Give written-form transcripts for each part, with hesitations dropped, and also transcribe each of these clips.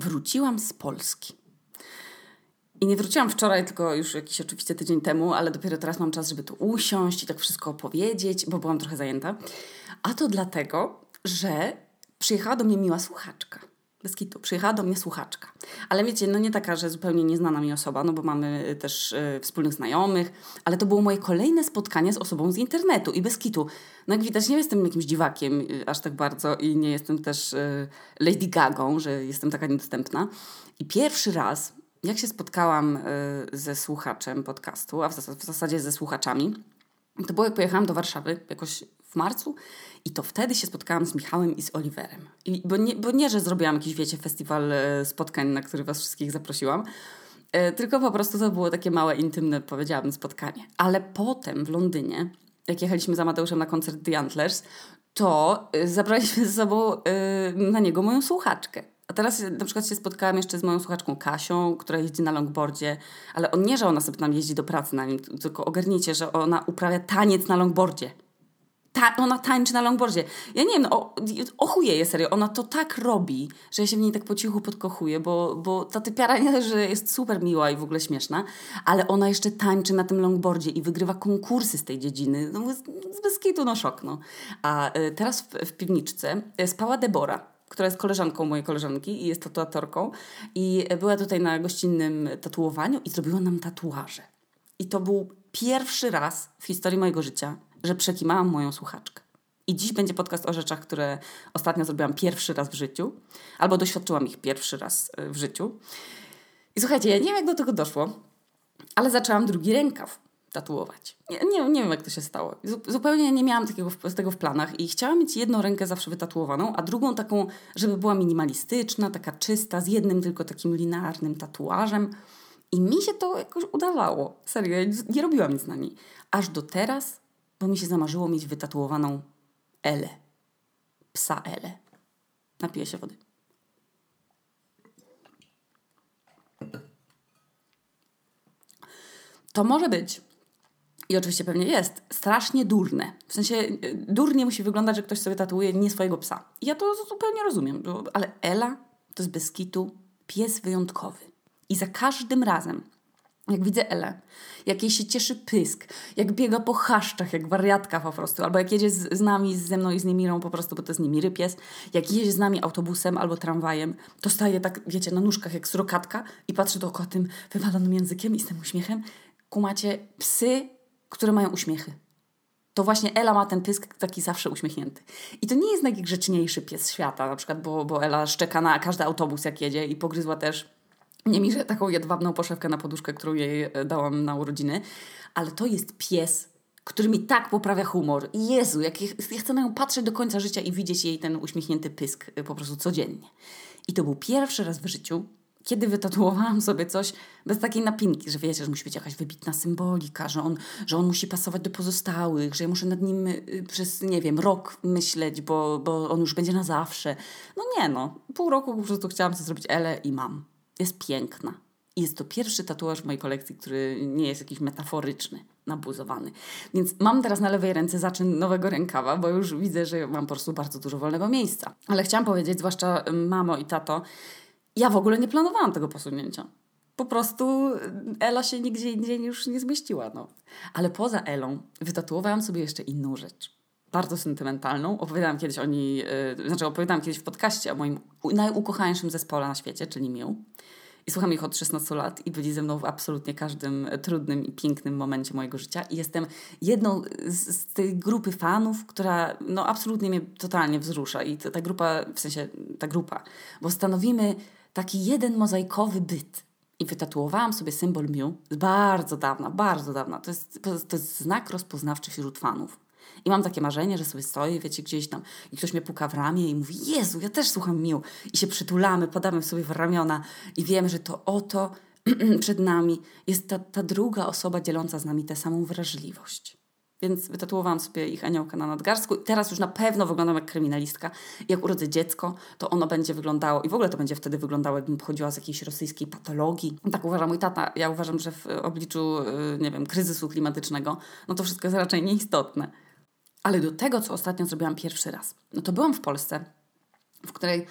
wróciłam z Polski. I nie wróciłam wczoraj, tylko już jakiś oczywiście tydzień temu, ale dopiero teraz mam czas, żeby tu usiąść i tak wszystko opowiedzieć, bo byłam trochę zajęta. A to dlatego, że przyjechała do mnie miła słuchaczka. Bez kitu. Przyjechała do mnie słuchaczka. Ale wiecie, no nie taka, że zupełnie nieznana mi osoba, no bo mamy też wspólnych znajomych, ale to było moje kolejne spotkanie z osobą z internetu i bez kitu. No jak widać, nie jestem jakimś dziwakiem aż tak bardzo i nie jestem też Lady Gagą, że jestem taka niedostępna. I pierwszy raz, jak się spotkałam ze słuchaczem podcastu, a w zasadzie ze słuchaczami, to było jak pojechałam do Warszawy jakoś w marcu i to wtedy się spotkałam z Michałem i z Oliverem. Bo nie, że zrobiłam jakiś, wiecie, festiwal spotkań, na który was wszystkich zaprosiłam, tylko po prostu to było takie małe, intymne, powiedziałabym, spotkanie. Ale potem w Londynie, jak jechaliśmy z Amadeuszem na koncert The Antlers, to zabraliśmy ze sobą na niego moją słuchaczkę. A teraz na przykład się spotkałam jeszcze z moją słuchaczką Kasią, która jeździ na longboardzie, ale nie, że ona sobie tam jeździ do pracy na nim, tylko ogarnijcie, że ona uprawia taniec na longboardzie. Ona tańczy na longboardzie. Ja nie wiem, ochujeję serio. Ona to tak robi, że ja się w niej tak po cichu podkochuję, bo ta typiara nie, że jest super miła i w ogóle śmieszna, ale ona jeszcze tańczy na tym longboardzie i wygrywa konkursy z tej dziedziny. No, bez kitu, no szok, no. A teraz w piwniczce spała Debora, która jest koleżanką mojej koleżanki i jest tatuatorką i była tutaj na gościnnym tatuowaniu i zrobiła nam tatuaże. I to był pierwszy raz w historii mojego życia, że przekimałam moją słuchaczkę. I dziś będzie podcast o rzeczach, które ostatnio zrobiłam pierwszy raz w życiu, albo doświadczyłam ich pierwszy raz w życiu. I słuchajcie, ja nie wiem, jak do tego doszło, ale zaczęłam drugi rękaw tatuować. Nie wiem, jak to się stało. Zupełnie nie miałam tego w planach i chciałam mieć jedną rękę zawsze wytatuowaną, a drugą taką, żeby była minimalistyczna, taka czysta, z jednym tylko takim linearnym tatuażem. I mi się to jakoś udawało. Serio, ja nie robiłam nic na niej. Aż do teraz, bo mi się zamarzyło mieć wytatuowaną Elę. Psa Elę. Napiję się wody. To może być, i oczywiście pewnie jest, strasznie durne. W sensie durnie musi wyglądać, że ktoś sobie tatuuje nie swojego psa. I ja to zupełnie rozumiem, ale Ela to jest bez kitu pies wyjątkowy. I za każdym razem, jak widzę Elę, jak jej się cieszy pysk, jak biega po chaszczach, jak wariatka po prostu, albo jak jedzie z nami, ze mną i z Niemirą po prostu, bo to jest Niemiry pies, jak jedzie z nami autobusem albo tramwajem, to staje tak, wiecie, na nóżkach jak surokatka i patrzy dookoła tym wywalonym językiem i z tym uśmiechem. Kumacie, psy, które mają uśmiechy. To właśnie Ela ma ten pysk taki zawsze uśmiechnięty. I to nie jest najgrzeczniejszy pies świata, na przykład, bo Ela szczeka na każdy autobus, jak jedzie i pogryzła też Niemirze taką jedwabną poszewkę na poduszkę, którą jej dałam na urodziny. Ale to jest pies, który mi tak poprawia humor. Jezu, ja chcę na nią patrzeć do końca życia i widzieć jej ten uśmiechnięty pysk po prostu codziennie. I to był pierwszy raz w życiu, kiedy wytatuowałam sobie coś bez takiej napinki, że wiecie, że musi być jakaś wybitna symbolika, że on musi pasować do pozostałych, że ja muszę nad nim przez, nie wiem, rok myśleć, bo on już będzie na zawsze. No nie no, pół roku po prostu chciałam sobie zrobić Elę i mam. Jest piękna. I jest to pierwszy tatuaż w mojej kolekcji, który nie jest jakiś metaforyczny, nabuzowany. Więc mam teraz na lewej ręce zaczyn nowego rękawa, bo już widzę, że mam po prostu bardzo dużo wolnego miejsca. Ale chciałam powiedzieć, zwłaszcza mamo i tato, ja w ogóle nie planowałam tego posunięcia. Po prostu Ela się nigdzie indziej już nie zmieściła. No. Ale poza Elą wytatuowałam sobie jeszcze inną rzecz. Bardzo sentymentalną. Opowiadałam kiedyś w podcaście o moim najukochańszym zespole na świecie, czyli Miu. I słucham ich od 16 lat i byli ze mną w absolutnie każdym trudnym i pięknym momencie mojego życia. I jestem jedną z tej grupy fanów, która no absolutnie mnie totalnie wzrusza. I ta grupa, bo stanowimy taki jeden mozaikowy byt. I wytatuowałam sobie symbol Miu z bardzo dawna. To jest znak rozpoznawczy wśród fanów. I mam takie marzenie, że sobie stoję, wiecie, gdzieś tam i ktoś mnie puka w ramię i mówi: Jezu, ja też słucham Miu. I się przytulamy, podamy sobie w ramiona i wiemy, że to oto przed nami jest ta druga osoba dzieląca z nami tę samą wrażliwość. Więc wytatuowałam sobie ich aniołka na nadgarstku i teraz już na pewno wyglądam jak kryminalistka. I jak urodzę dziecko, to ono będzie wyglądało i w ogóle to będzie wtedy wyglądało, jakbym pochodziła z jakiejś rosyjskiej patologii. Tak uważa mój tata. Ja uważam, że w obliczu, nie wiem, kryzysu klimatycznego, no to wszystko jest raczej nieistotne. Ale do tego, co ostatnio zrobiłam pierwszy raz, no to byłam w Polsce, w której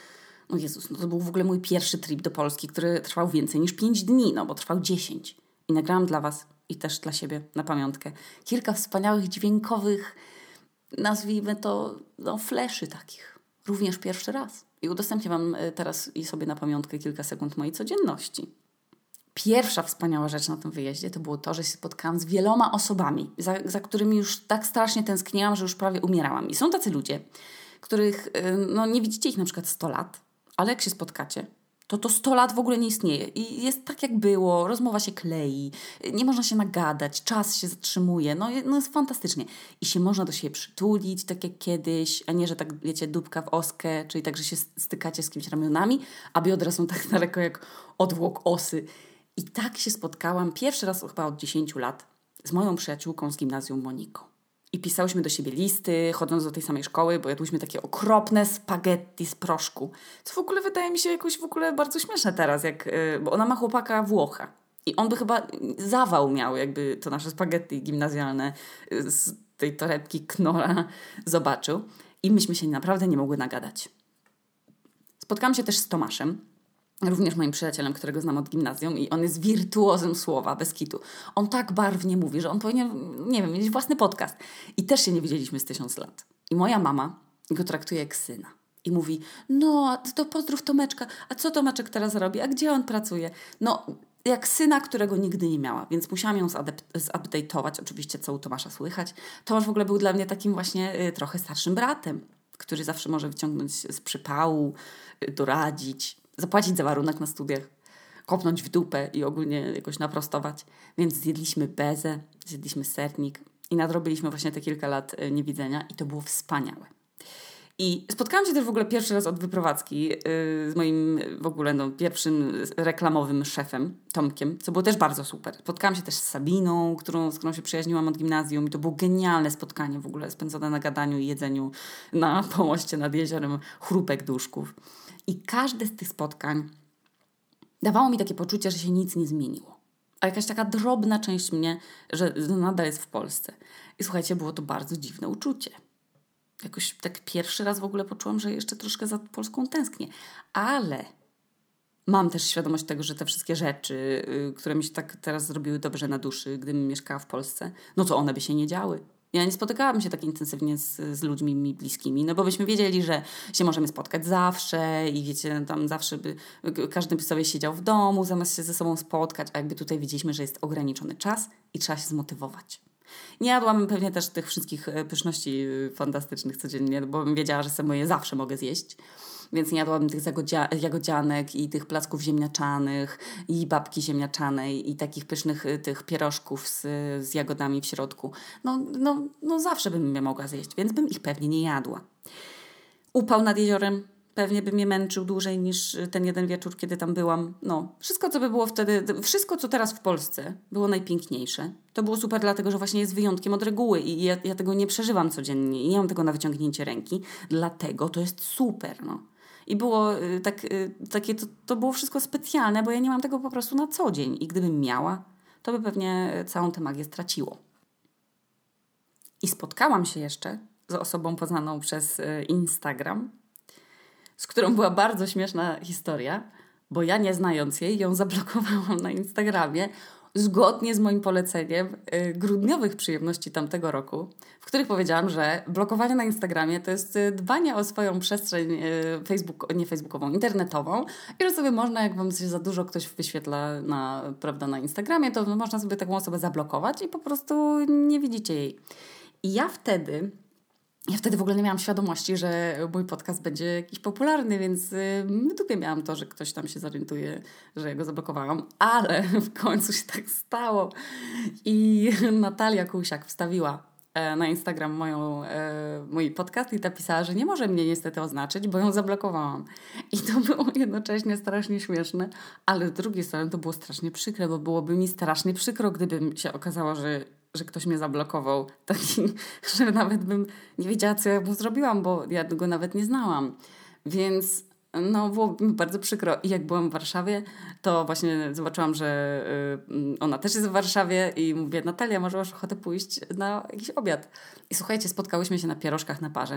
O Jezus, no to był w ogóle mój pierwszy trip do Polski, który trwał więcej niż 5 dni, no bo trwał 10. I nagrałam dla Was i też dla siebie na pamiątkę kilka wspaniałych dźwiękowych, nazwijmy to, no fleszy takich. Również pierwszy raz. I udostępnię Wam teraz i sobie na pamiątkę kilka sekund mojej codzienności. Pierwsza wspaniała rzecz na tym wyjeździe to było to, że się spotkałam z wieloma osobami, za którymi już tak strasznie tęskniłam, że już prawie umierałam. I są tacy ludzie, których no, nie widzicie ich na przykład 100 lat, ale jak się spotkacie, to 100 lat w ogóle nie istnieje. I jest tak jak było, rozmowa się klei, nie można się nagadać, czas się zatrzymuje, no jest fantastycznie. I się można do siebie przytulić, tak jak kiedyś, a nie, że tak wiecie, dupka w oskę, czyli tak, że się stykacie z kimś ramionami, a biodra są tak daleko jak odwłok osy. I tak się spotkałam pierwszy raz chyba od 10 lat z moją przyjaciółką z gimnazjum Moniką. I pisałyśmy do siebie listy, chodząc do tej samej szkoły, bo jadłyśmy takie okropne spaghetti z proszku. Co w ogóle wydaje mi się jakoś w ogóle bardzo śmieszne teraz, bo ona ma chłopaka Włocha. I on by chyba zawał miał, jakby to nasze spaghetti gimnazjalne z tej torebki Knora zobaczył. I myśmy się naprawdę nie mogły nagadać. Spotkałam się też z Tomaszem, również moim przyjacielem, którego znam od gimnazjum i on jest wirtuozem słowa, bez kitu. On tak barwnie mówi, że on powinien, nie wiem, mieć własny podcast. I też się nie widzieliśmy z 1000 lat. I moja mama go traktuje jak syna. I mówi, no to pozdrów Tomeczka, a co Tomeczek teraz robi, a gdzie on pracuje? No jak syna, którego nigdy nie miała, więc musiałam ją zupdate'ować, oczywiście co u Tomasza słychać. Tomasz w ogóle był dla mnie takim właśnie trochę starszym bratem, który zawsze może wyciągnąć z przypału, doradzić, zapłacić za warunek na studiach, kopnąć w dupę i ogólnie jakoś naprostować. Więc zjedliśmy bezę, zjedliśmy sernik i nadrobiliśmy właśnie te kilka lat niewidzenia i to było wspaniałe. I spotkałam się też w ogóle pierwszy raz od wyprowadzki z moim w ogóle pierwszym reklamowym szefem, Tomkiem, co było też bardzo super. Spotkałam się też z Sabiną, z którą się przyjaźniłam od gimnazjum i to było genialne spotkanie w ogóle, spędzone na gadaniu i jedzeniu na pomoście nad jeziorem Chrupek Duszków. I każde z tych spotkań dawało mi takie poczucie, że się nic nie zmieniło. A jakaś taka drobna część mnie, że nadal jest w Polsce. I słuchajcie, było to bardzo dziwne uczucie. Jakoś tak pierwszy raz w ogóle poczułam, że jeszcze troszkę za Polską tęsknię. Ale mam też świadomość tego, że te wszystkie rzeczy, które mi się tak teraz zrobiły dobrze na duszy, gdybym mieszkała w Polsce, no to one by się nie działy. Ja nie spotykałabym się tak intensywnie z ludźmi mi bliskimi, no bo byśmy wiedzieli, że się możemy spotkać zawsze i wiecie, tam zawsze każdy by sobie siedział w domu, zamiast się ze sobą spotkać, a jakby tutaj widzieliśmy, że jest ograniczony czas i trzeba się zmotywować. Nie jadłam pewnie też tych wszystkich pyszności fantastycznych codziennie, bo bym wiedziała, że sobie je zawsze mogę zjeść. Więc nie jadłabym tych jagodzianek i tych placków ziemniaczanych i babki ziemniaczanej i takich pysznych tych pierożków z jagodami w środku. No zawsze bym je mogła zjeść, więc bym ich pewnie nie jadła. Upał nad jeziorem pewnie by mnie męczył dłużej niż ten jeden wieczór, kiedy tam byłam. No, wszystko, co by było wtedy, wszystko, co teraz w Polsce było najpiękniejsze. To było super, dlatego że właśnie jest wyjątkiem od reguły i ja tego nie przeżywam codziennie i nie mam tego na wyciągnięcie ręki. Dlatego to jest super, no. I było to było wszystko specjalne, bo ja nie mam tego po prostu na co dzień. I gdybym miała, to by pewnie całą tę magię straciło. I spotkałam się jeszcze z osobą poznaną przez Instagram, z którą była bardzo śmieszna historia, bo ja nie znając jej, ją zablokowałam na Instagramie zgodnie z moim poleceniem grudniowych przyjemności tamtego roku, w których powiedziałam, że blokowanie na Instagramie to jest dbanie o swoją przestrzeń internetową i że sobie można, jak wam się za dużo ktoś wyświetla na Instagramie, to można sobie taką osobę zablokować i po prostu nie widzicie jej. I ja wtedy w ogóle nie miałam świadomości, że mój podcast będzie jakiś popularny, więc w dupie miałam to, że ktoś tam się zorientuje, że ja go zablokowałam, ale w końcu się tak stało. I Natalia Kusiak wstawiła na Instagram mój podcast i napisała, że nie może mnie niestety oznaczyć, bo ją zablokowałam. I to było jednocześnie strasznie śmieszne, ale z drugiej strony to było strasznie przykre, bo byłoby mi strasznie przykro, gdyby się okazało, że ktoś mnie zablokował, taki, że nawet bym nie wiedziała, co ja mu zrobiłam, bo ja go nawet nie znałam. Więc było mi bardzo przykro. I jak byłam w Warszawie, to właśnie zobaczyłam, że ona też jest w Warszawie i mówię, Natalia, może masz ochotę pójść na jakiś obiad? I słuchajcie, spotkałyśmy się na pierożkach na parze.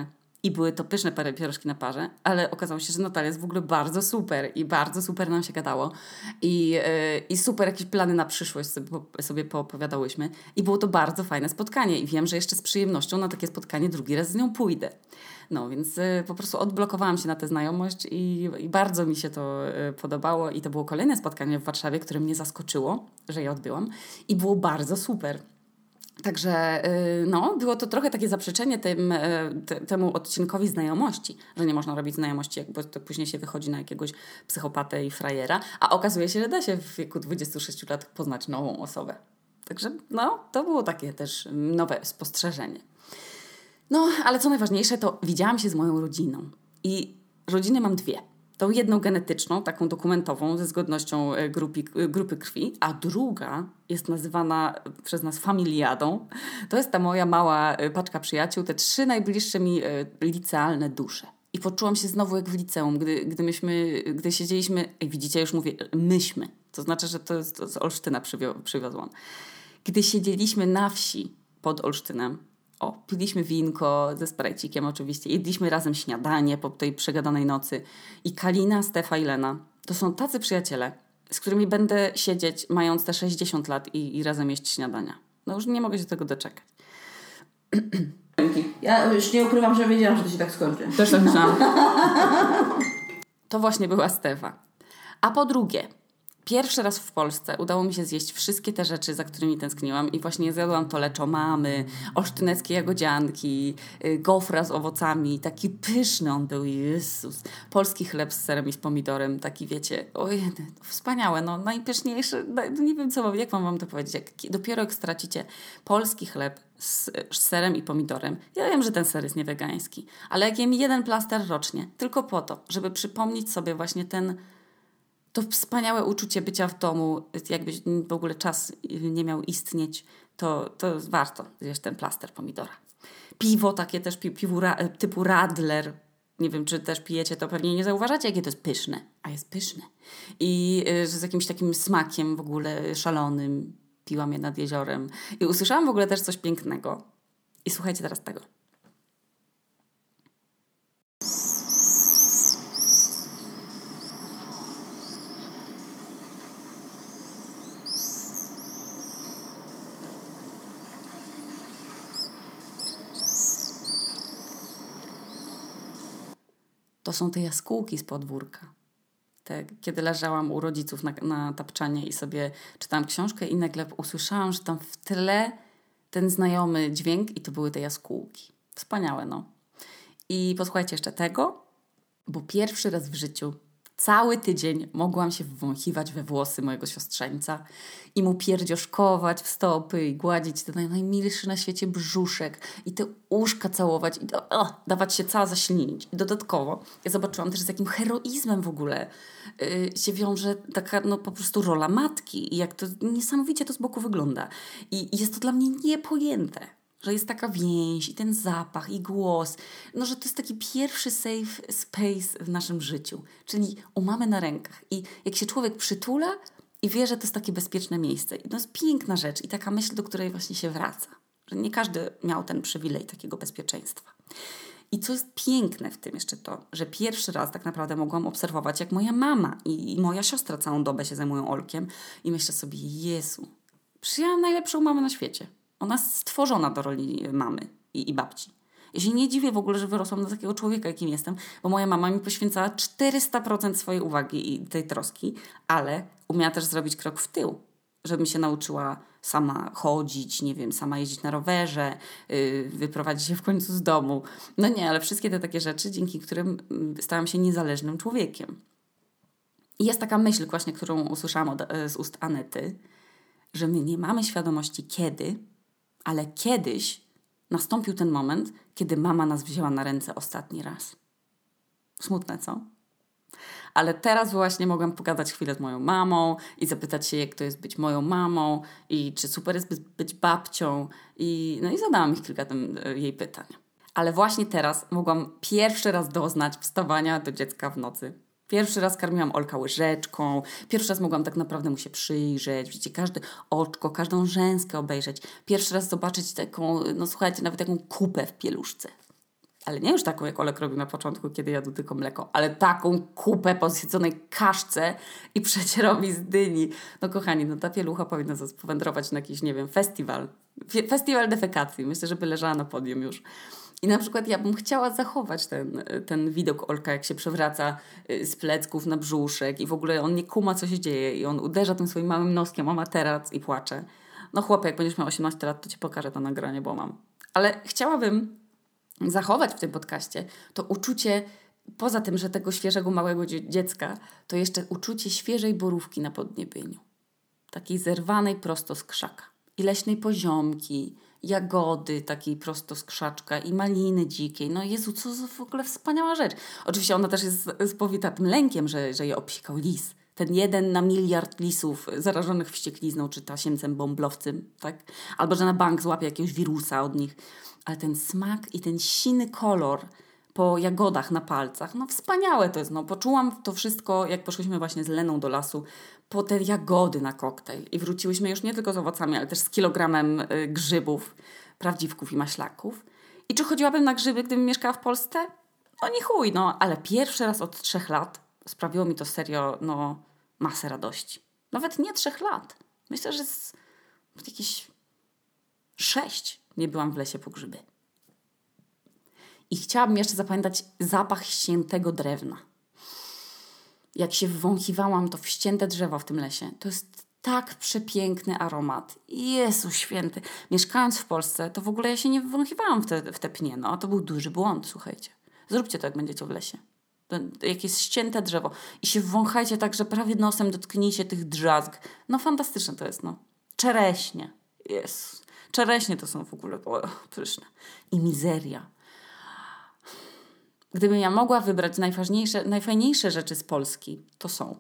I były to pyszne pierożki na parze, ale okazało się, że Natalia jest w ogóle bardzo super i bardzo super nam się gadało. I super jakieś plany na przyszłość sobie poopowiadałyśmy. I było to bardzo fajne spotkanie i wiem, że jeszcze z przyjemnością na takie spotkanie drugi raz z nią pójdę. No więc po prostu odblokowałam się na tę znajomość i bardzo mi się to podobało. I to było kolejne spotkanie w Warszawie, które mnie zaskoczyło, że je odbyłam. I było bardzo super. Także było to trochę takie zaprzeczenie temu odcinkowi znajomości, że nie można robić znajomości, bo to później się wychodzi na jakiegoś psychopatę i frajera, a okazuje się, że da się w wieku 26 lat poznać nową osobę. Także to było takie też nowe spostrzeżenie. No, ale co najważniejsze, to widziałam się z moją rodziną. I rodziny mam dwie. Tą jedną genetyczną, taką dokumentową, ze zgodnością grupy krwi, a druga jest nazywana przez nas familiadą. To jest ta moja mała paczka przyjaciół, te 3 najbliższe mi licealne dusze. I poczułam się znowu jak w liceum, gdy siedzieliśmy, widzicie, już mówię, myśmy. To znaczy, że to z Olsztyna przywiozłam. Gdy siedzieliśmy na wsi pod Olsztynem, piliśmy winko ze sprajcikiem oczywiście, jedliśmy razem śniadanie po tej przegadanej nocy. I Kalina, Stefa i Lena to są tacy przyjaciele, z którymi będę siedzieć mając te 60 lat i razem jeść śniadania. No już nie mogę się tego doczekać. Ja już nie ukrywam, że wiedziałam, że to się tak skończy. Też tak myślałam. To właśnie była Stefa. A po drugie, pierwszy raz w Polsce udało mi się zjeść wszystkie te rzeczy, za którymi tęskniłam i właśnie zjadłam to leczomamy, olsztyneckie jagodzianki, gofra z owocami, taki pyszny on był, Jezus. Polski chleb z serem i z pomidorem, taki wiecie, wspaniałe, najpyszniejszy, nie wiem jak wam to powiedzieć, dopiero jak stracicie polski chleb z serem i pomidorem. Ja wiem, że ten ser jest niewegański, ale jak jem 1 plaster rocznie, tylko po to, żeby przypomnieć sobie właśnie to wspaniałe uczucie bycia w domu, jakby w ogóle czas nie miał istnieć, to warto zjeść ten plaster pomidora. Piwo takie też, typu Radler, nie wiem, czy też pijecie, to pewnie nie zauważacie, jakie to jest pyszne, a jest pyszne. I z jakimś takim smakiem w ogóle szalonym piłam je nad jeziorem. I usłyszałam w ogóle też coś pięknego. I słuchajcie teraz tego. To są te jaskółki z podwórka. Kiedy leżałam u rodziców na tapczanie i sobie czytałam książkę i nagle usłyszałam, że tam w tle ten znajomy dźwięk i to były te jaskółki. Wspaniałe, I posłuchajcie jeszcze tego, bo pierwszy raz w życiu cały tydzień mogłam się wwąchiwać we włosy mojego siostrzeńca i mu pierdzioszkować w stopy i gładzić ten najmilszy na świecie brzuszek i te uszka całować i dawać się cała zaślinić. I dodatkowo ja zobaczyłam też, z jakim heroizmem w ogóle się wiąże taka po prostu rola matki i jak to niesamowicie to z boku wygląda. I jest to dla mnie niepojęte, że jest taka więź i ten zapach i głos, że to jest taki pierwszy safe space w naszym życiu, czyli u mamy na rękach. I jak się człowiek przytula i wie, że to jest takie bezpieczne miejsce. I to jest piękna rzecz i taka myśl, do której właśnie się wraca. Że nie każdy miał ten przywilej takiego bezpieczeństwa. I co jest piękne w tym jeszcze to, że pierwszy raz tak naprawdę mogłam obserwować, jak moja mama i moja siostra całą dobę się zajmują Olkiem i myślę sobie, Jezu, przecież ja mam najlepszą mamę na świecie. Ona jest stworzona do roli mamy i babci. Ja się nie dziwię w ogóle, że wyrosłam do takiego człowieka, jakim jestem, bo moja mama mi poświęcała 400% swojej uwagi i tej troski, ale umiała też zrobić krok w tył, żebym się nauczyła sama chodzić, nie wiem, sama jeździć na rowerze, wyprowadzić się w końcu z domu. No nie, ale wszystkie te takie rzeczy, dzięki którym stałam się niezależnym człowiekiem. I jest taka myśl właśnie, którą usłyszałam z ust Anety, że my nie mamy świadomości kiedy, ale kiedyś nastąpił ten moment, kiedy mama nas wzięła na ręce ostatni raz. Smutne, co? Ale teraz właśnie mogłam pogadać chwilę z moją mamą i zapytać się, jak to jest być moją mamą i czy super jest być babcią. I zadałam ich kilka jej pytań. Ale właśnie teraz mogłam pierwszy raz doznać wstawania do dziecka w nocy. Pierwszy raz karmiłam Olka łyżeczką, pierwszy raz mogłam tak naprawdę mu się przyjrzeć, widzicie, każde oczko, każdą rzęskę obejrzeć. Pierwszy raz zobaczyć taką, słuchajcie, nawet taką kupę w pieluszce. Ale nie już taką, jak Olek robił na początku, kiedy jadł tylko mleko, ale taką kupę po zjedzonej kaszce i przecierowi z dyni. No kochani, no ta pielucha powinna powędrować na jakiś, nie wiem, festiwal. Festiwal defekacji. Myślę, żeby leżała na podium już. I na przykład ja bym chciała zachować ten widok Olka, jak się przewraca z plecków na brzuszek i w ogóle on nie kuma, co się dzieje i on uderza tym swoim małym noskiem o materac i płacze. No chłopie, jak będziesz miał 18 lat, to ci pokażę to nagranie, bo mam. Ale chciałabym zachować w tym podcaście to uczucie, poza tym, że tego świeżego małego dziecka, to jeszcze uczucie świeżej borówki na podniebieniu. Takiej zerwanej prosto z krzaka. I leśnej poziomki, jagody takiej prosto z krzaczka i maliny dzikiej. No Jezu, co za w ogóle wspaniała rzecz. Oczywiście ona też jest spowita tym lękiem, że je obsikał lis. Ten 1 na miliard lisów zarażonych wścieklizną czy tasiemcem bąblowcym, tak? Albo że na bank złapie jakiegoś wirusa od nich. Ale ten smak i ten siny kolor po jagodach na palcach, no wspaniałe to jest. No, poczułam to wszystko, jak poszłyśmy właśnie z Leną do lasu, po te jagody na koktajl. I wróciłyśmy już nie tylko z owocami, ale też z kilogramem grzybów, prawdziwków i maślaków. I czy chodziłabym na grzyby, gdybym mieszkała w Polsce? No nie chuj, no. Ale pierwszy raz od 3 lat sprawiło mi to serio, no, masę radości. Nawet nie 3 lat. Myślę, że z jakieś 6 nie byłam w lesie po grzyby. I chciałabym jeszcze zapamiętać zapach ściętego drewna. Jak się wwąchiwałam to w ścięte drzewo w tym lesie, to jest tak przepiękny aromat. Jezu święty. Mieszkając w Polsce, to w ogóle ja się nie wwąchiwałam w te pnie. No, to był duży błąd, słuchajcie. Zróbcie to, jak będziecie w lesie. Jak jest ścięte drzewo i się wąchajcie tak, że prawie nosem dotknijcie tych drzazg. No fantastyczne to jest, no. Czereśnie. Jezu. Czereśnie to są w ogóle pyszne. I mizeria. Gdybym ja mogła wybrać najfajniejsze rzeczy z Polski, to są,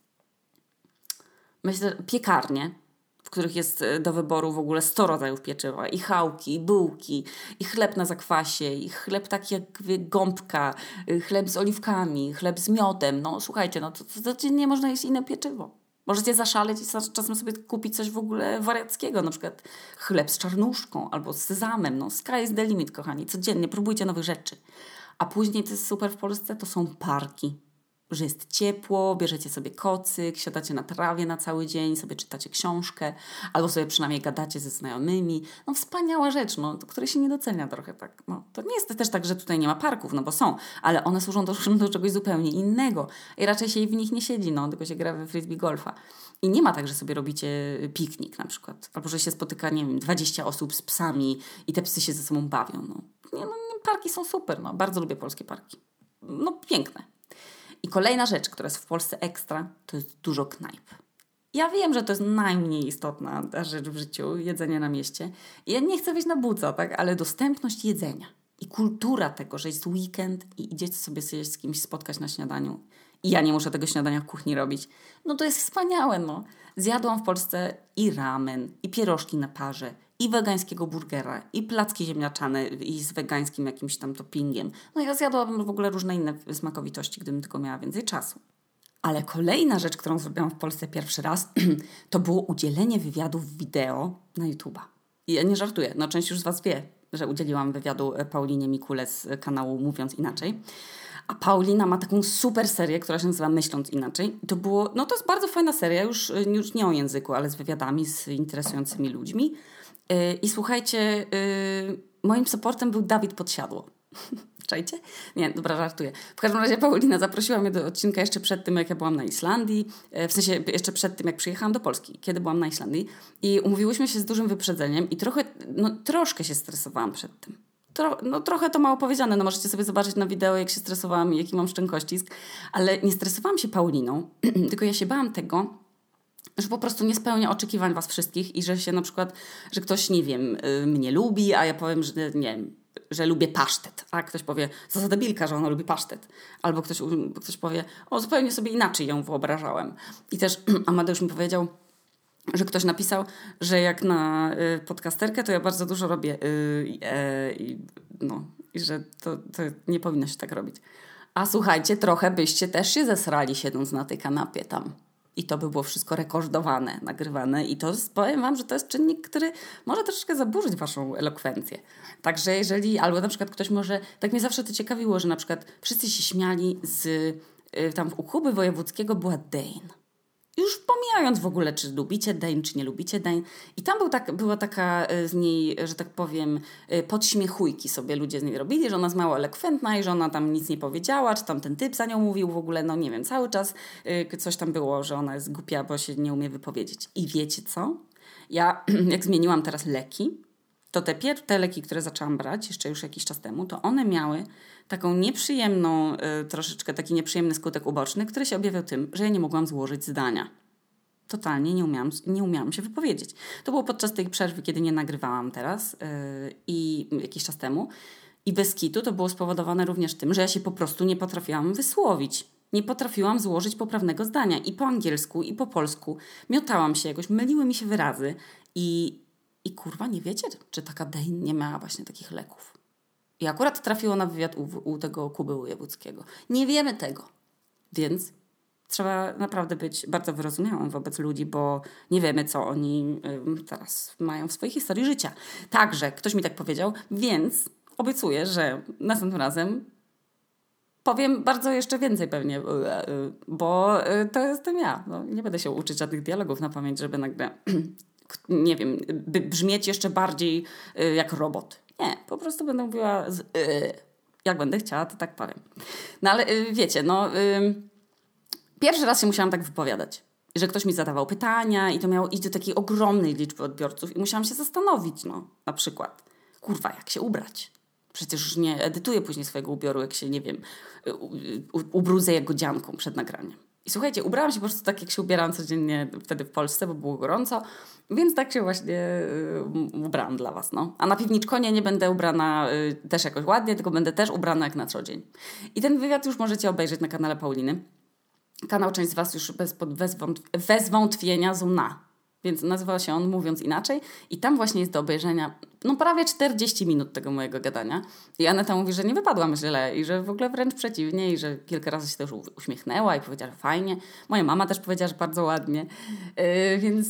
myślę, piekarnie, w których jest do wyboru w ogóle 100 rodzajów pieczywa. I chałki, i bułki, i chleb na zakwasie, i chleb taki jak gąbka, chleb z oliwkami, chleb z miodem. No słuchajcie, no to codziennie można jeść inne pieczywo. Możecie zaszaleć i czasem sobie kupić coś w ogóle wariackiego, na przykład chleb z czarnuszką albo z sezamem. No sky is the limit, kochani. Codziennie próbujcie nowych rzeczy. A później, co jest super w Polsce, to są parki. Że jest ciepło, bierzecie sobie kocyk, siadacie na trawie na cały dzień, sobie czytacie książkę, albo sobie przynajmniej gadacie ze znajomymi. No wspaniała rzecz, no, której się nie docenia trochę tak. No, to nie jest też tak, że tutaj nie ma parków, no bo są, ale one służą do czegoś zupełnie innego i raczej się w nich nie siedzi, no, tylko się gra we frisbee golfa. I nie ma tak, że sobie robicie piknik na przykład, albo że się spotyka, nie wiem, 20 osób z psami i te psy się ze sobą bawią. No. Parki są super, no, bardzo lubię polskie parki. No piękne. I kolejna rzecz, która jest w Polsce ekstra, to jest dużo knajp. Ja wiem, że to jest najmniej istotna rzecz w życiu, jedzenie na mieście. I ja nie chcę wyjść na buca, tak? Ale dostępność jedzenia i kultura tego, że jest weekend i idziecie sobie się z kimś spotkać na śniadaniu i ja nie muszę tego śniadania w kuchni robić, no to jest wspaniałe, no. Zjadłam w Polsce i ramen, i pierożki na parze, i wegańskiego burgera, i placki ziemniaczane i z wegańskim jakimś tam toppingiem. No ja zjadłabym w ogóle różne inne smakowitości, gdybym tylko miała więcej czasu. Ale kolejna rzecz, którą zrobiłam w Polsce pierwszy raz, to było udzielenie wywiadów wideo na YouTube'a. I ja nie żartuję, no część już z Was wie, że udzieliłam wywiadu Paulinie Mikule z kanału Mówiąc Inaczej. A Paulina ma taką super serię, która się nazywa Myśląc Inaczej. I to było, no to jest bardzo fajna seria, już nie o języku, ale z wywiadami z interesującymi ludźmi. I słuchajcie, moim supportem był Dawid Podsiadło. Czajcie? Nie, dobra, żartuję. W każdym razie Paulina zaprosiła mnie do odcinka jeszcze przed tym, jak ja byłam na Islandii. W sensie jeszcze przed tym, jak przyjechałam do Polski, kiedy byłam na Islandii. I umówiłyśmy się z dużym wyprzedzeniem i troszkę się stresowałam przed tym. Trochę to mało powiedziane. No możecie sobie zobaczyć na wideo, jak się stresowałam i jaki mam szczękościsk. Ale nie stresowałam się Pauliną, tylko ja się bałam tego, że po prostu nie spełnia oczekiwań was wszystkich i że się na przykład, że ktoś, nie wiem, mnie lubi, a ja powiem, że nie wiem, że lubię pasztet, a ktoś powie, co za debilka, że ona lubi pasztet. Albo ktoś powie, zupełnie sobie inaczej ją wyobrażałem. I też Amadeusz mi powiedział, że ktoś napisał, że jak na podcasterkę, to ja bardzo dużo robię i że to nie powinno się tak robić. A słuchajcie, trochę byście też się zesrali siedząc na tej kanapie tam. I to by było wszystko rekordowane, nagrywane. I to powiem wam, że to jest czynnik, który może troszeczkę zaburzyć waszą elokwencję. Także jeżeli, albo na przykład ktoś może, tak mnie zawsze to ciekawiło, że na przykład wszyscy się śmiali tam u Kuby Wojewódzkiego była Dane. Już pomijając w ogóle, czy lubicie Dane, czy nie lubicie Dane. I tam była taka z niej, że tak powiem, podśmiechujki sobie ludzie z niej robili, że ona jest mało elokwentna i że ona tam nic nie powiedziała, czy tam ten typ za nią mówił w ogóle, no nie wiem, cały czas coś tam było, że ona jest głupia, bo się nie umie wypowiedzieć. I wiecie co? Ja, jak zmieniłam teraz leki, to te leki, które zaczęłam brać jeszcze już jakiś czas temu, to one miały taką nieprzyjemną, troszeczkę taki nieprzyjemny skutek uboczny, który się objawiał tym, że ja nie mogłam złożyć zdania. Totalnie nie umiałam się wypowiedzieć. To było podczas tej przerwy, kiedy nie nagrywałam teraz i jakiś czas temu. I bez kitu to było spowodowane również tym, że ja się po prostu nie potrafiłam wysłowić. Nie potrafiłam złożyć poprawnego zdania i po angielsku, i po polsku. Miotałam się jakoś, myliły mi się wyrazy i kurwa, nie wiecie, czy taka Dane nie miała właśnie takich leków. I akurat trafiło na wywiad u tego Kuby Wojewódzkiego. Nie wiemy tego. Więc trzeba naprawdę być bardzo wyrozumiałym wobec ludzi, bo nie wiemy, co oni teraz mają w swojej historii życia. Także ktoś mi tak powiedział, więc obiecuję, że następnym razem powiem bardzo jeszcze więcej pewnie, bo to jestem ja. No, nie będę się uczyć żadnych dialogów na pamięć, żeby nagle nie wiem, brzmieć jeszcze bardziej jak robot. Nie, po prostu będę mówiła jak będę chciała, to tak powiem. No ale wiecie, pierwszy raz się musiałam tak wypowiadać, że ktoś mi zadawał pytania i to miało iść do takiej ogromnej liczby odbiorców i musiałam się zastanowić, na przykład, kurwa, jak się ubrać. Przecież już nie edytuję później swojego ubioru, jak się, nie wiem, ubrudzę jagodzianką przed nagraniem. I słuchajcie, ubrałam się po prostu tak, jak się ubierałam codziennie wtedy w Polsce, bo było gorąco, więc tak się właśnie ubrałam dla was, A na piwniczkonie nie będę ubrana też jakoś ładnie, tylko będę też ubrana jak na co dzień. I ten wywiad już możecie obejrzeć na kanale Pauliny. Kanał część z was już bez wątpienia zna. Więc nazywa się on Mówiąc Inaczej i tam właśnie jest do obejrzenia prawie 40 minut tego mojego gadania. I Aneta mówi, że nie wypadłam źle i że w ogóle wręcz przeciwnie i że kilka razy się też uśmiechnęła i powiedziała, że fajnie. Moja mama też powiedziała, że bardzo ładnie. Więc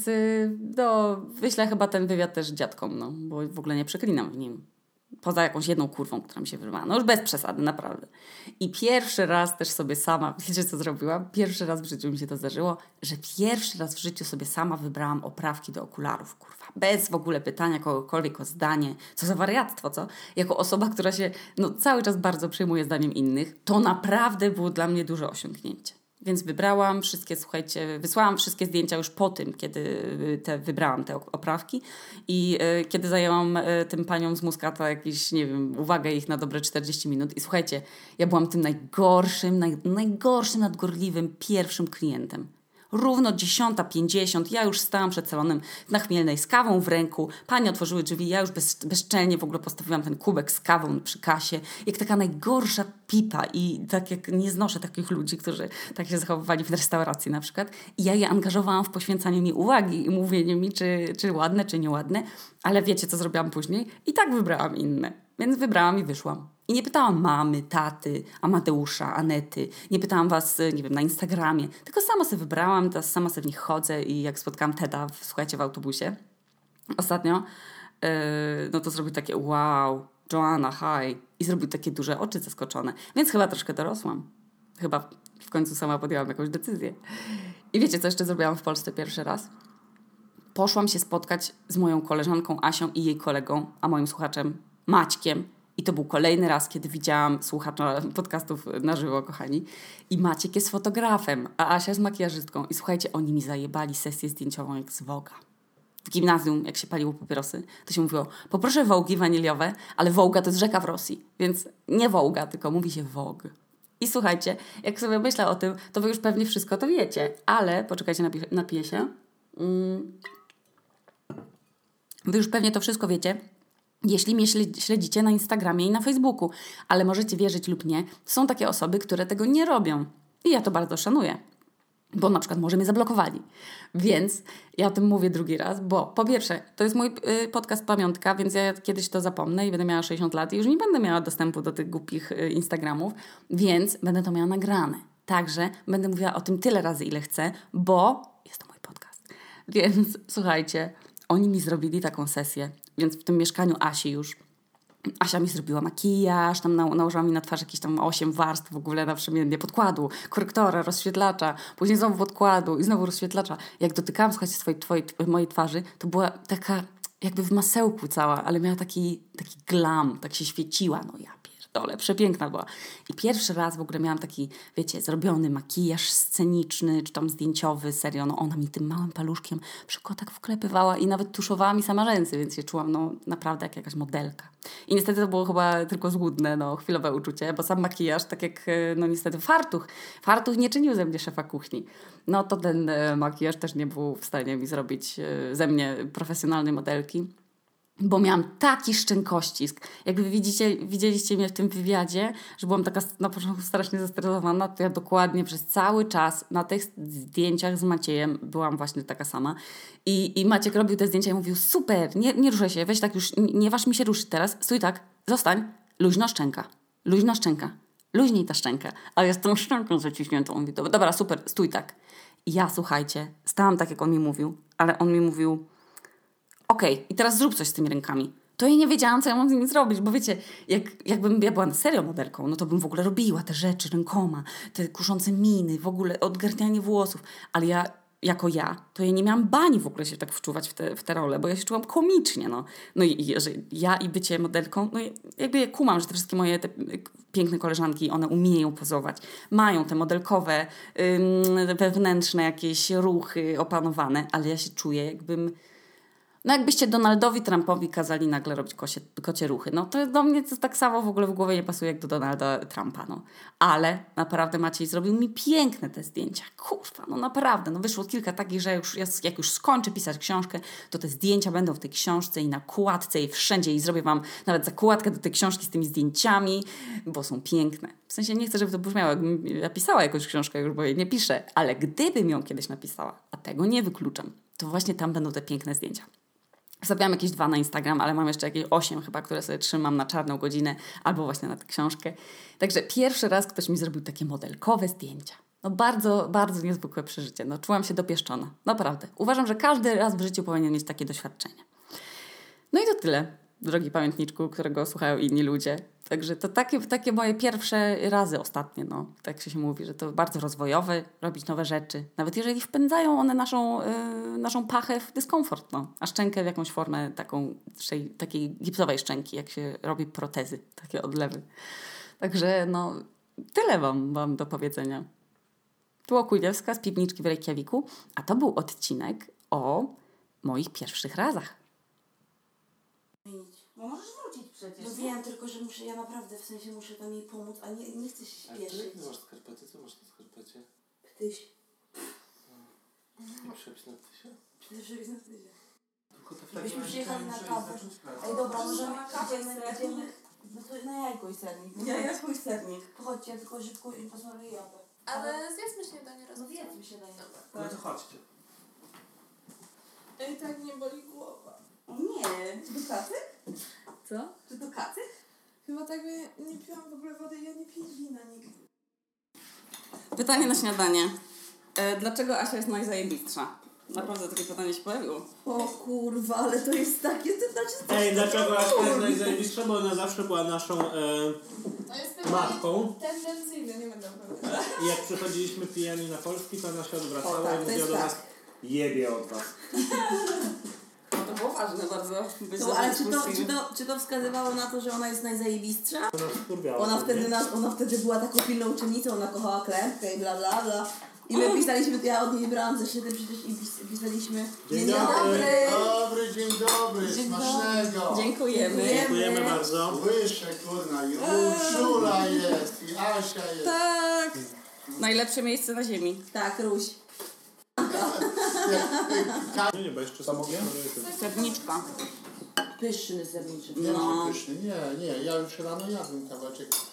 wyślę chyba ten wywiad też dziadkom, bo w ogóle nie przeklinam w nim. Poza jakąś jedną kurwą, która mi się wyrwała. Już bez przesady, naprawdę. I pierwszy raz też sobie sama, wiecie co zrobiłam? Pierwszy raz w życiu mi się to zdarzyło, że pierwszy raz w życiu sobie sama wybrałam oprawki do okularów, kurwa. Bez w ogóle pytania kogokolwiek o zdanie. Co za wariactwo, co? Jako osoba, która się cały czas bardzo przejmuje zdaniem innych, to naprawdę było dla mnie duże osiągnięcie. Więc wybrałam wszystkie, słuchajcie, wysłałam wszystkie zdjęcia już po tym, kiedy wybrałam te oprawki i kiedy zajęłam tym paniom z Muskata jakieś, nie wiem, uwagę ich na dobre 40 minut. I słuchajcie, ja byłam tym najgorszym, nadgorliwym pierwszym klientem. Równo 10:50, ja już stałam przed salonem na Chmielnej z kawą w ręku. Panie otworzyły drzwi, ja już bezczelnie w ogóle postawiłam ten kubek z kawą przy kasie. Jak taka najgorsza pipa i tak jak nie znoszę takich ludzi, którzy tak się zachowywali w restauracji na przykład. I ja je angażowałam w poświęcanie mi uwagi i mówienie mi, czy ładne, czy nieładne. Ale wiecie, co zrobiłam później? I tak wybrałam inne. Więc wybrałam i wyszłam. I nie pytałam mamy, taty, Amadeusza, Anety. Nie pytałam was, nie wiem, na Instagramie. Tylko sama sobie wybrałam, teraz sama sobie w nich chodzę i jak spotkałam Teda, słuchajcie, w autobusie ostatnio, to zrobił takie wow, Joanna, hi. I zrobił takie duże oczy zaskoczone. Więc chyba troszkę dorosłam. Chyba w końcu sama podjęłam jakąś decyzję. I wiecie, co jeszcze zrobiłam w Polsce pierwszy raz? Poszłam się spotkać z moją koleżanką Asią i jej kolegą, a moim słuchaczem Maćkiem. I to był kolejny raz, kiedy widziałam słuchacza podcastów na żywo, kochani. I Maciek jest fotografem, a Asia jest makijażystką. I słuchajcie, oni mi zajebali sesję zdjęciową jak z Vogue'a. W gimnazjum, jak się paliło papierosy, to się mówiło, poproszę Vogue'i waniliowe, ale Vogue'a to jest rzeka w Rosji. Więc nie Vogue'a, tylko mówi się Vogue. I słuchajcie, jak sobie myślę o tym, to wy już pewnie wszystko to wiecie. Ale, poczekajcie, napiję się. Wy już pewnie to wszystko wiecie, jeśli mnie śledzicie na Instagramie i na Facebooku. Ale możecie wierzyć lub nie, są takie osoby, które tego nie robią. I ja to bardzo szanuję. Bo na przykład może mnie zablokowali. Więc ja o tym mówię drugi raz, bo po pierwsze, to jest mój podcast pamiątka, więc ja kiedyś to zapomnę i będę miała 60 lat i już nie będę miała dostępu do tych głupich Instagramów, więc będę to miała nagrane. Także będę mówiła o tym tyle razy, ile chcę, bo jest to mój podcast. Więc słuchajcie, oni mi zrobili taką sesję, więc w tym mieszkaniu Asi już. Asia mi zrobiła makijaż, tam nałożyła mi na twarz jakieś tam 8 warstw w ogóle naprzemiennie podkładu, korektora, rozświetlacza, później znowu podkładu i znowu rozświetlacza. Jak dotykałam, słuchajcie, mojej twarzy, to była taka jakby w masełku cała, ale miała taki glam, tak się świeciła, no ja pierdolę, przepiękna była. I pierwszy raz w ogóle miałam taki, wiecie, zrobiony makijaż sceniczny, czy tam zdjęciowy, serio, no ona mi tym małym paluszkiem wszystko tak wklepywała i nawet tuszowała mi sama rzęsy, więc się czułam, no naprawdę jak jakaś modelka. I niestety to było chyba tylko złudne, no chwilowe uczucie, bo sam makijaż, tak jak, no niestety fartuch nie czynił ze mnie szefa kuchni. No to ten makijaż też nie był w stanie mi zrobić ze mnie profesjonalnej modelki. Bo miałam taki szczękościsk. Jakby widzieliście mnie w tym wywiadzie, że byłam taka na początku strasznie zestresowana, to ja dokładnie przez cały czas na tych zdjęciach z Maciejem byłam właśnie taka sama. I Maciek robił te zdjęcia i mówił, super, nie ruszaj się, weź tak już, nie waż mi się ruszyć teraz, stój tak, zostań, luźno szczęka, luźniej ta szczęka. A ja z tą szczęką zaciśniętą, on mówi, dobra, super, stój tak. I ja, słuchajcie, stałam tak, jak on mi mówił, ale on mi mówił, okej, i teraz zrób coś z tymi rękami. To ja nie wiedziałam, co ja mam z nimi zrobić, bo wiecie, jakbym ja była serio modelką, no to bym w ogóle robiła te rzeczy rękoma, te kuszące miny, w ogóle odgarnianie włosów, ale to ja nie miałam bani w ogóle się tak wczuwać w te role, bo ja się czułam komicznie, no. No i że ja i bycie modelką, no jakby ja kumam, że te wszystkie moje te piękne koleżanki, one umieją pozować, mają te modelkowe, wewnętrzne jakieś ruchy opanowane, ale ja się czuję jakbyście Donaldowi Trumpowi kazali nagle robić kocie ruchy. No to do mnie to tak samo w ogóle w głowie nie pasuje jak do Donalda Trumpa, no. Ale naprawdę Maciej zrobił mi piękne te zdjęcia. Kurwa, no naprawdę. No wyszło kilka takich, że jak już skończę pisać książkę, to te zdjęcia będą w tej książce i na kładce i wszędzie i zrobię wam nawet zakładkę do tej książki z tymi zdjęciami, bo są piękne. W sensie nie chcę, żeby to brzmiało, jakbym ja pisała jakąś książkę, już bo jej nie piszę, ale gdybym ją kiedyś napisała, a tego nie wykluczam, to właśnie tam będą te piękne zdjęcia. Zrobiłam jakieś 2 na Instagram, ale mam jeszcze jakieś 8 chyba, które sobie trzymam na czarną godzinę albo właśnie na tę książkę. Także pierwszy raz ktoś mi zrobił takie modelkowe zdjęcia. No bardzo, bardzo niezwykłe przeżycie. No czułam się dopieszczona. Naprawdę. Uważam, że każdy raz w życiu powinien mieć takie doświadczenie. No i to tyle, drogi pamiętniczku, którego słuchają inni ludzie. Także to takie moje pierwsze razy ostatnie, no. Tak się mówi, że to bardzo rozwojowe, robić nowe rzeczy. Nawet jeżeli wpędzają one naszą pachę w dyskomfort, no. A szczękę w jakąś formę takiej gipsowej szczęki, jak się robi protezy, takie odlewy. Także no, tyle mam do powiedzenia. Tu Okujewska z Piwniczki w Reykjaviku, a to był odcinek o moich pierwszych razach. No możesz wrócić przecież. No wiem, tylko że ja naprawdę w sensie muszę tam jej pomóc, a nie chcę się Ale śpieszyć. ty masz skarpety? Co masz na skarpecie? Ptyś. Nie przepis na ptysia? Przecież na ptysie. Tylko Jakbyśmy przyjechali na kawę. Ej dobra, możemy idziemy. No to na jajko i sernik. Jajko i sernik. Chodźcie, ja tylko szybko i posmaruję jabłek. Ale zjedzmy śniadanie razem. No zjedzmy się daje. No to chodźcie. Ej, tak mnie boli głowa. O nie, czy to kacyk? Co? Czy to kacyk? Chyba tak nie piłam w ogóle wody, ja nie piję wina nigdy. Pytanie na śniadanie. Dlaczego Asia jest najzajebistsza? Naprawdę takie pytanie się pojawiło. O kurwa, ale to jest takie... Ej, dlaczego Aśka jest najzajebistsza? Bo ona zawsze była naszą To jest matką. tendencyjne, nie będę opowiadać. I jak przychodziliśmy pijani na Polski, to ona się odwracała O, tak, i to mówiła jest do tak. nas: jebie od was. No to było ważne bardzo. No, ale czy to wskazywało na to, że ona jest najzajebistsza? Ona wkurwiała. Ona wtedy była taką pilną uczennicą, ona kochała klępkę i bla bla bla. I my pisaliśmy, ja od niej brałam zeszyty przecież i pisaliśmy... Dzień Dzień dobry, smacznego. Dziękujemy. Dziękujemy bardzo. Łyszę, kurna, i Urszula jest, i Asia jest. Tak. Najlepsze miejsce na ziemi. Tak, Ruś. Nie, bo jeszcze co mogę? Serniczka. Pyszny serniczek. Nie, pyszny. Nie, ja już rano jadłem kawałeczek.